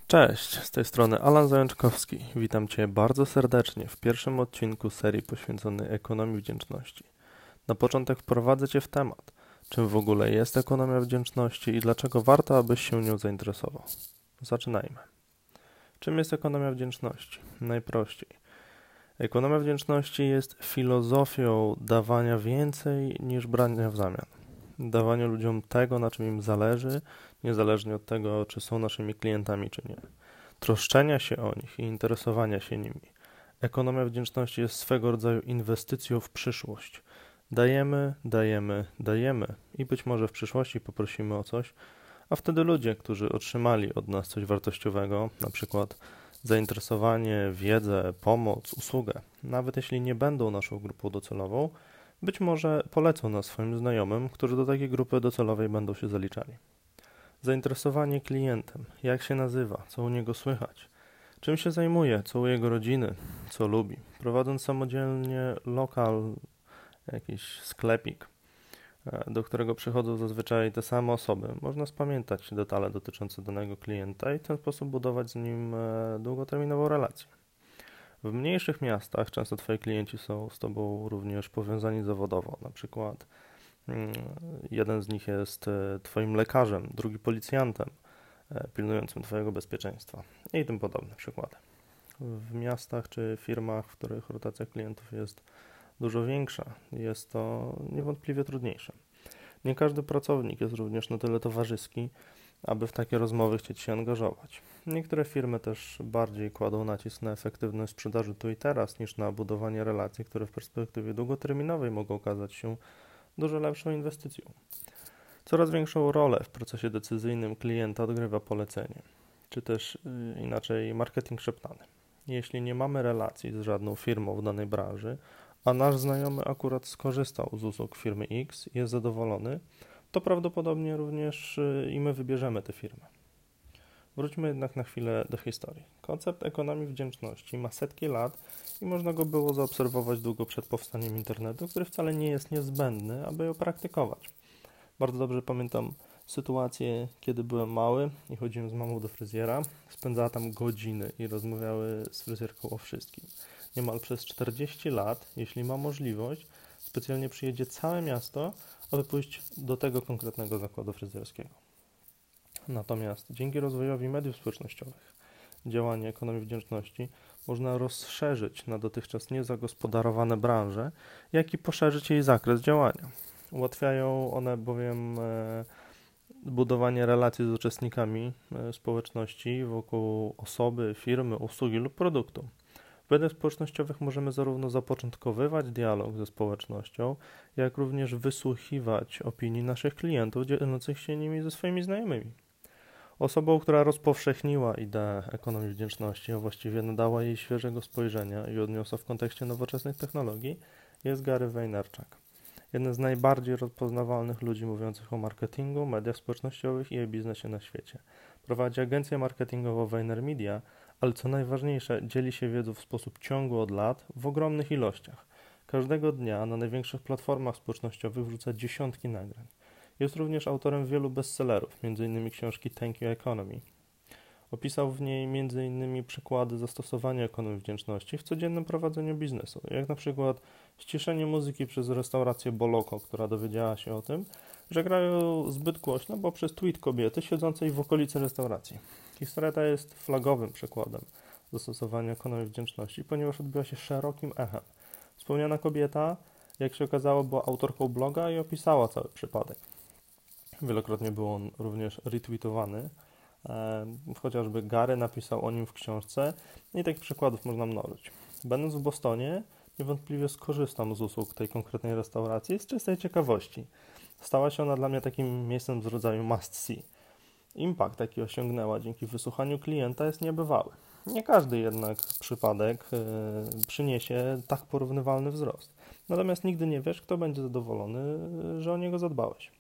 Cześć, z tej strony Alan Zajączkowski. Witam Cię bardzo serdecznie w pierwszym odcinku serii poświęconej ekonomii wdzięczności. Na początek wprowadzę Cię w temat, czym w ogóle jest ekonomia wdzięczności i dlaczego warto, abyś się nią zainteresował. Zaczynajmy. Czym jest ekonomia wdzięczności? Najprościej. Ekonomia wdzięczności jest filozofią dawania więcej niż brania w zamian. Dawania ludziom tego, na czym im zależy, niezależnie od tego, czy są naszymi klientami, czy nie. Troszczenia się o nich i interesowania się nimi. Ekonomia wdzięczności jest swego rodzaju inwestycją w przyszłość. Dajemy, dajemy, dajemy i być może w przyszłości poprosimy o coś, a wtedy ludzie, którzy otrzymali od nas coś wartościowego, na przykład zainteresowanie, wiedzę, pomoc, usługę, nawet jeśli nie będą naszą grupą docelową, być może polecą nas swoim znajomym, którzy do takiej grupy docelowej będą się zaliczali. Zainteresowanie klientem, jak się nazywa, co u niego słychać, czym się zajmuje, co u jego rodziny, co lubi. Prowadząc samodzielnie lokal, jakiś sklepik, do którego przychodzą zazwyczaj te same osoby, można spamiętać detale dotyczące danego klienta i w ten sposób budować z nim długoterminową relację. W mniejszych miastach często Twoi klienci są z Tobą również powiązani zawodowo. Na przykład jeden z nich jest Twoim lekarzem, drugi policjantem pilnującym Twojego bezpieczeństwa i tym podobne przykłady. W miastach czy firmach, w których rotacja klientów jest dużo większa, jest to niewątpliwie trudniejsze. Nie każdy pracownik jest również na tyle towarzyski, aby w takie rozmowy chcieć się angażować. Niektóre firmy też bardziej kładą nacisk na efektywność sprzedaży tu i teraz niż na budowanie relacji, które w perspektywie długoterminowej mogą okazać się dużo lepszą inwestycją. Coraz większą rolę w procesie decyzyjnym klienta odgrywa polecenie, czy też inaczej marketing szeptany. Jeśli nie mamy relacji z żadną firmą w danej branży, a nasz znajomy akurat skorzystał z usług firmy X i jest zadowolony, to prawdopodobnie również i my wybierzemy tę firmę. Wróćmy jednak na chwilę do historii. Koncept ekonomii wdzięczności ma setki lat i można go było zaobserwować długo przed powstaniem internetu, który wcale nie jest niezbędny, aby ją praktykować. Bardzo dobrze pamiętam sytuację, kiedy byłem mały i chodziłem z mamą do fryzjera. Spędzała tam godziny i rozmawiały z fryzjerką o wszystkim. Niemal przez 40 lat, jeśli ma możliwość, specjalnie przyjedzie całe miasto, aby pójść do tego konkretnego zakładu fryzjerskiego. Natomiast dzięki rozwojowi mediów społecznościowych, działanie ekonomii wdzięczności można rozszerzyć na dotychczas niezagospodarowane branże, jak i poszerzyć jej zakres działania. Ułatwiają one bowiem budowanie relacji z uczestnikami społeczności wokół osoby, firmy, usługi lub produktu. W mediach społecznościowych możemy zarówno zapoczątkowywać dialog ze społecznością, jak również wysłuchiwać opinii naszych klientów dzielących się nimi ze swoimi znajomymi. Osobą, która rozpowszechniła ideę ekonomii wdzięczności, a właściwie nadała jej świeżego spojrzenia i odniosła w kontekście nowoczesnych technologii, jest Gary Vaynerchuk. Jeden z najbardziej rozpoznawalnych ludzi mówiących o marketingu, mediach społecznościowych i e-biznesie na świecie. Prowadzi agencję marketingową VaynerMedia, ale co najważniejsze, dzieli się wiedzą w sposób ciągły od lat w ogromnych ilościach. Każdego dnia na największych platformach społecznościowych wrzuca dziesiątki nagrań. Jest również autorem wielu bestsellerów, m.in. książki Thank You Economy. Opisał w niej m.in. przykłady zastosowania ekonomii wdzięczności w codziennym prowadzeniu biznesu, jak na przykład ściszenie muzyki przez restaurację Boloko, która dowiedziała się o tym, że grają zbyt głośno, bo przez tweet kobiety siedzącej w okolicy restauracji. Historia ta jest flagowym przykładem zastosowania ekonomii wdzięczności, ponieważ odbyła się szerokim echem. Wspomniana kobieta, jak się okazało, była autorką bloga i opisała cały przypadek. Wielokrotnie był on również retweetowany. Chociażby Gary napisał o nim w książce i takich przykładów można mnożyć. Będąc w Bostonie, niewątpliwie skorzystam z usług tej konkretnej restauracji z czystej ciekawości. Stała się ona dla mnie takim miejscem z rodzaju must see. Impact, jaki osiągnęła dzięki wysłuchaniu klienta, jest niebywały. Nie każdy jednak przypadek przyniesie tak porównywalny wzrost. Natomiast nigdy nie wiesz, kto będzie zadowolony, że o niego zadbałeś.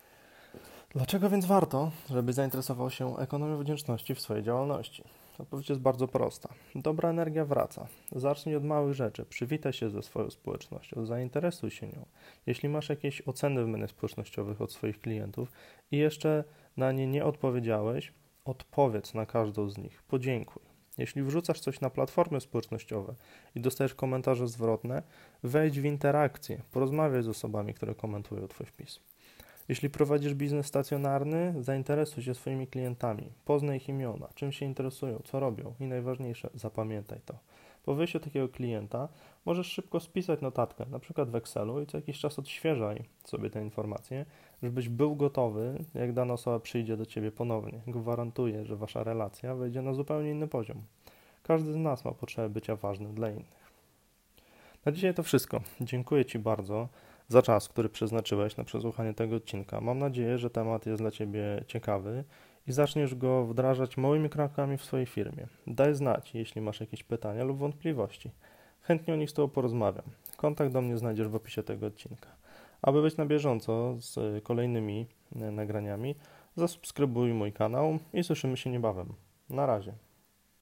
Dlaczego więc warto, żeby zainteresował się ekonomią wdzięczności w swojej działalności? Odpowiedź jest bardzo prosta. Dobra energia wraca. Zacznij od małych rzeczy. Przywitaj się ze swoją społecznością. Zainteresuj się nią. Jeśli masz jakieś oceny w mediach społecznościowych od swoich klientów i jeszcze na nie nie odpowiedziałeś, odpowiedz na każdą z nich, podziękuj. Jeśli wrzucasz coś na platformy społecznościowe i dostajesz komentarze zwrotne, wejdź w interakcję, porozmawiaj z osobami, które komentują Twój wpis. Jeśli prowadzisz biznes stacjonarny, zainteresuj się swoimi klientami, poznaj ich imiona, czym się interesują, co robią i najważniejsze, zapamiętaj to. Po wyjściu takiego klienta możesz szybko spisać notatkę, na przykład w Excelu i co jakiś czas odświeżaj sobie te informacje, żebyś był gotowy, jak dana osoba przyjdzie do Ciebie ponownie. Gwarantuję, że Wasza relacja wejdzie na zupełnie inny poziom. Każdy z nas ma potrzebę bycia ważnym dla innych. Na dzisiaj to wszystko. Dziękuję Ci bardzo za czas, który przeznaczyłeś na przesłuchanie tego odcinka. Mam nadzieję, że temat jest dla Ciebie ciekawy i zaczniesz go wdrażać małymi krokami w swojej firmie. Daj znać, jeśli masz jakieś pytania lub wątpliwości. Chętnie o nich z Tobą porozmawiam. Kontakt do mnie znajdziesz w opisie tego odcinka. Aby być na bieżąco z kolejnymi nagraniami, zasubskrybuj mój kanał i słyszymy się niebawem. Na razie.